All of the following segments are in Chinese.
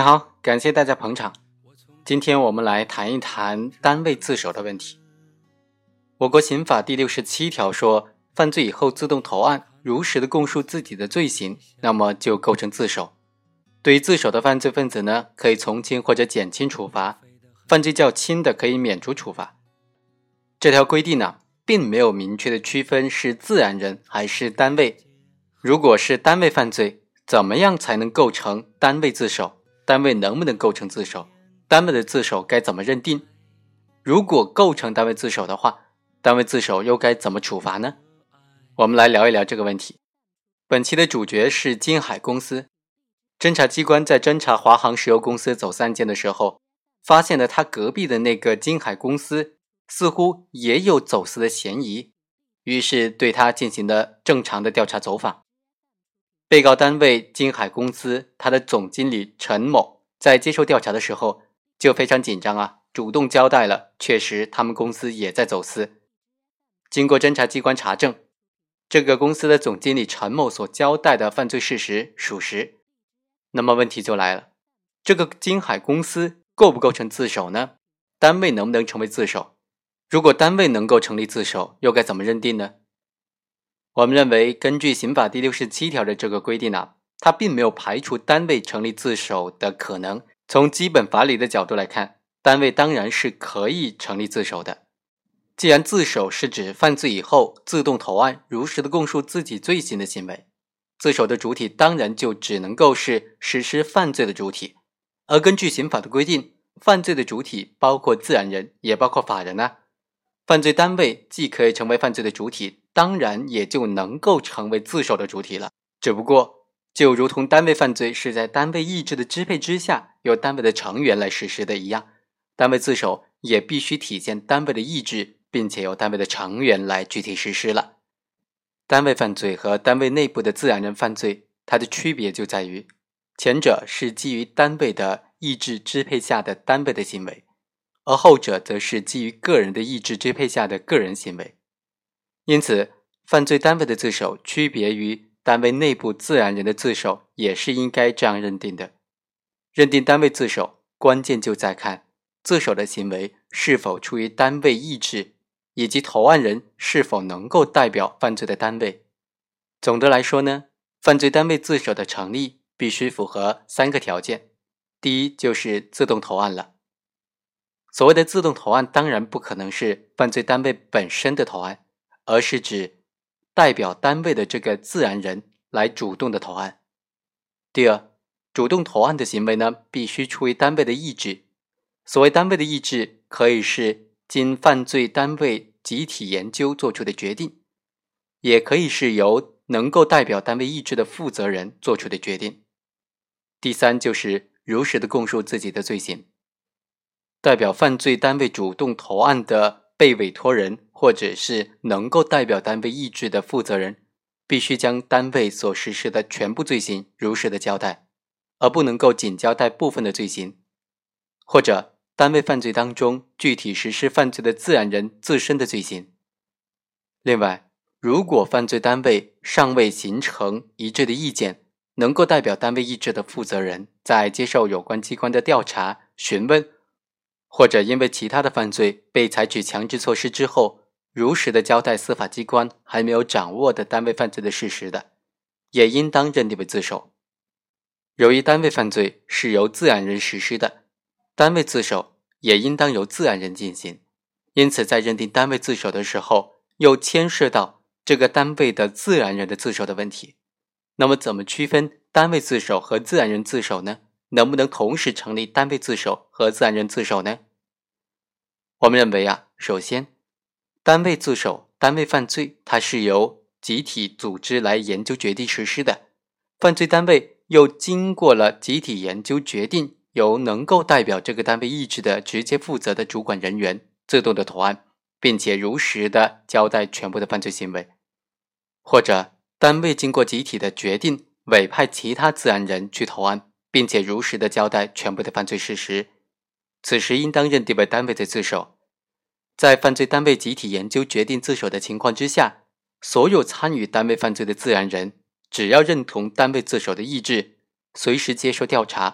好，感谢大家捧场。今天我们来谈一谈单位自首的问题。我国刑法第67条说，犯罪以后自动投案，如实的供述自己的罪行，那么就构成自首。对于自首的犯罪分子呢，可以从轻或者减轻处罚，犯罪较轻的可以免除处罚。这条规定呢，并没有明确的区分是自然人还是单位。如果是单位犯罪，怎么样才能构成单位自首？单位能不能构成自首？单位的自首该怎么认定？如果构成单位自首的话，单位自首又该怎么处罚呢？我们来聊一聊这个问题。本期的主角是金海公司。侦查机关在侦查华航石油公司走私案件的时候，发现了他隔壁的那个金海公司似乎也有走私的嫌疑，于是对他进行了正常的调查走访。被告单位金海公司他的总经理陈某在接受调查的时候就非常紧张主动交代了确实他们公司也在走私。经过侦查机关查证，这个公司的总经理陈某所交代的犯罪事实属实。那么问题就来了，这个金海公司构不构成自首呢？单位能不能成为自首？如果单位能够成立自首，又该怎么认定呢？我们认为，根据刑法第67条的这个规定它并没有排除单位成立自首的可能。从基本法理的角度来看，单位当然是可以成立自首的。既然自首是指犯罪以后自动投案，如实的供述自己罪行的行为，自首的主体当然就只能够是实施犯罪的主体。而根据刑法的规定，犯罪的主体包括自然人，也包括法人犯罪单位既可以成为犯罪的主体，当然也就能够成为自首的主体了。只不过，就如同单位犯罪是在单位意志的支配之下，由单位的成员来实施的一样，单位自首也必须体现单位的意志，并且由单位的成员来具体实施了。单位犯罪和单位内部的自然人犯罪，它的区别就在于，前者是基于单位的意志支配下的单位的行为，而后者则是基于个人的意志支配下的个人行为。因此，犯罪单位的自首区别于单位内部自然人的自首，也是应该这样认定的。认定单位自首，关键就在看自首的行为是否出于单位意志，以及投案人是否能够代表犯罪的单位。总的来说呢，犯罪单位自首的成立必须符合3个条件。第一就是自动投案了。所谓的自动投案当然不可能是犯罪单位本身的投案，而是指代表单位的这个自然人来主动的投案。第二，主动投案的行为呢，必须出于单位的意志。所谓单位的意志，可以是经犯罪单位集体研究做出的决定，也可以是由能够代表单位意志的负责人做出的决定。第三，就是如实的供述自己的罪行。代表犯罪单位主动投案的被委托人，或者是能够代表单位意志的负责人，必须将单位所实施的全部罪行如实的交代，而不能够仅交代部分的罪行，或者单位犯罪当中具体实施犯罪的自然人自身的罪行。另外，如果犯罪单位尚未形成一致的意见，能够代表单位意志的负责人在接受有关机关的调查、询问，或者因为其他的犯罪被采取强制措施之后，如实的交代司法机关还没有掌握的单位犯罪的事实的，也应当认定为自首。由于单位犯罪是由自然人实施的，单位自首也应当由自然人进行，因此在认定单位自首的时候，又牵涉到这个单位的自然人的自首的问题。那么怎么区分单位自首和自然人自首呢？能不能同时成立单位自首和自然人自首呢？我们认为首先，单位自首、单位犯罪，它是由集体组织来研究决定实施的，犯罪单位又经过了集体研究决定，由能够代表这个单位意志的直接负责的主管人员自动的投案，并且如实的交代全部的犯罪行为。或者单位经过集体的决定，委派其他自然人去投案，并且如实的交代全部的犯罪事实，此时应当认定为单位的自首。在犯罪单位集体研究决定自首的情况之下，所有参与单位犯罪的自然人，只要认同单位自首的意志，随时接受调查，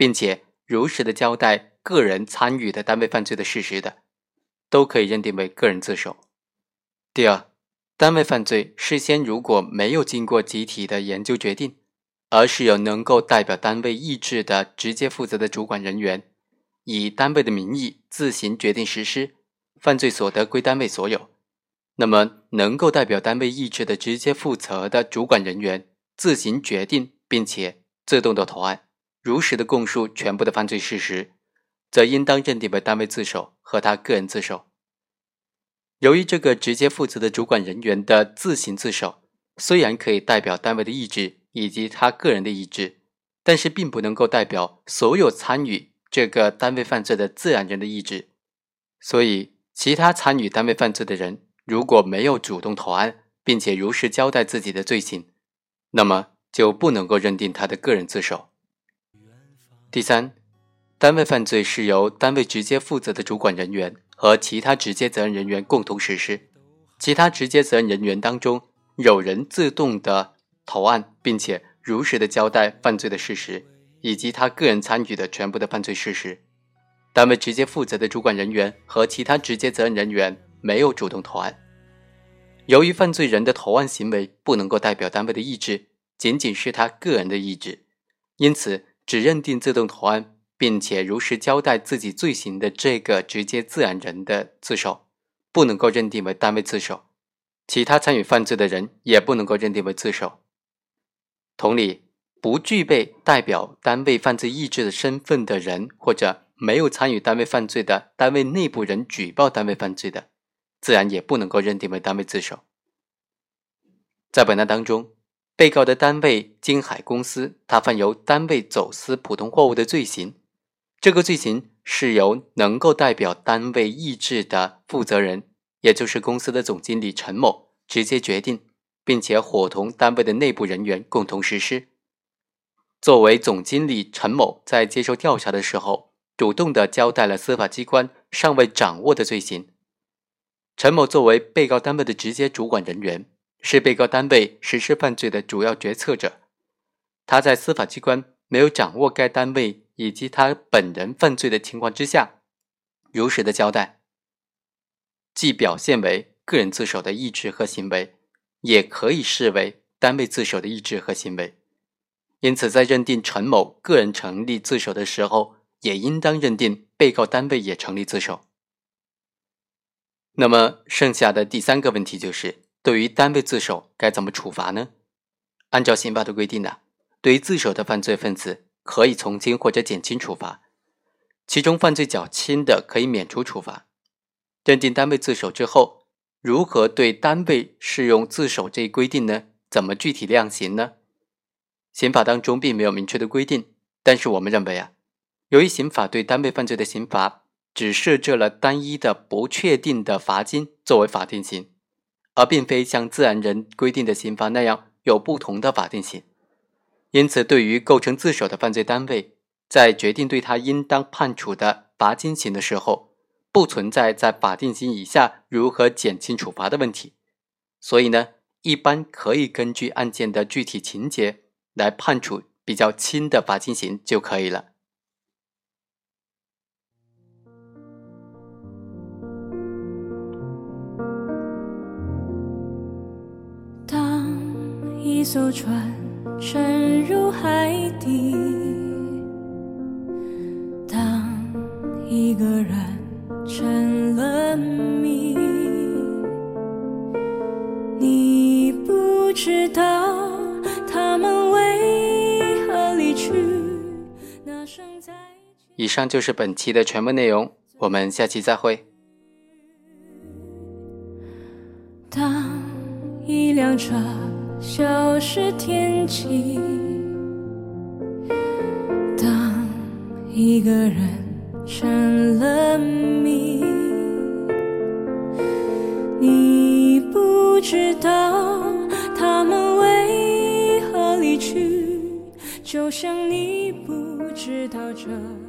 并且如实的交代个人参与的单位犯罪的事实的，都可以认定为个人自首。第二，单位犯罪事先如果没有经过集体的研究决定，而是由能够代表单位意志的直接负责的主管人员，以单位的名义自行决定实施，犯罪所得归单位所有，那么能够代表单位意志的直接负责的主管人员自行决定并且自动的投案，如实的供述全部的犯罪事实，则应当认定为单位自首和他个人自首。由于这个直接负责的主管人员的自行自首，虽然可以代表单位的意志以及他个人的意志，但是并不能够代表所有参与这个单位犯罪的自然人的意志，所以其他参与单位犯罪的人如果没有主动投案，并且如实交代自己的罪行，那么就不能够认定他的个人自首。第三，单位犯罪是由单位直接负责的主管人员和其他直接责任人员共同实施，其他直接责任人员当中有人自动的投案，并且如实的交代犯罪的事实以及他个人参与的全部的犯罪事实，单位直接负责的主管人员和其他直接责任人员没有主动投案。由于犯罪人的投案行为不能够代表单位的意志，仅仅是他个人的意志，因此只认定自动投案并且如实交代自己罪行的这个直接自然人的自首，不能够认定为单位自首，其他参与犯罪的人也不能够认定为自首。同理，不具备代表单位犯罪意志的身份的人，或者没有参与单位犯罪的单位内部人举报单位犯罪的，自然也不能够认定为单位自首。在本案当中，被告的单位金海公司，他犯有单位走私普通货物的罪行，这个罪行是由能够代表单位意志的负责人，也就是公司的总经理陈某直接决定，并且伙同单位的内部人员共同实施。作为总经理陈某在接受调查的时候，主动地交代了司法机关尚未掌握的罪行。陈某作为被告单位的直接主管人员，是被告单位实施犯罪的主要决策者，他在司法机关没有掌握该单位以及他本人犯罪的情况之下，如实的交代，既表现为个人自首的意志和行为，也可以视为单位自首的意志和行为。因此在认定陈某个人成立自首的时候，也应当认定被告单位也成立自首。那么剩下的第三个问题就是，对于单位自首该怎么处罚呢？按照刑法的规定呢，对于自首的犯罪分子可以从轻或者减轻处罚，其中犯罪较轻的可以免除处罚。认定单位自首之后，如何对单位适用自首这一规定呢？怎么具体量刑呢？刑法当中并没有明确的规定，但是我们认为由于刑法对单位犯罪的刑罚只设置了单一的不确定的罚金作为法定刑，而并非像自然人规定的刑罚那样有不同的法定刑，因此对于构成自首的犯罪单位，在决定对他应当判处的罚金刑的时候，不存在在法定刑以下如何减轻处罚的问题，所以呢，一般可以根据案件的具体情节来判处比较轻的罚金刑就可以了。 当一艘船沉入海底，当一个人成了谜，你不知道他们为何离去。 以上就是本期的全部内容，我们下期再会。 当一辆车消失天际，当一个人成了谜，你不知道他们为何离去，就像你不知道这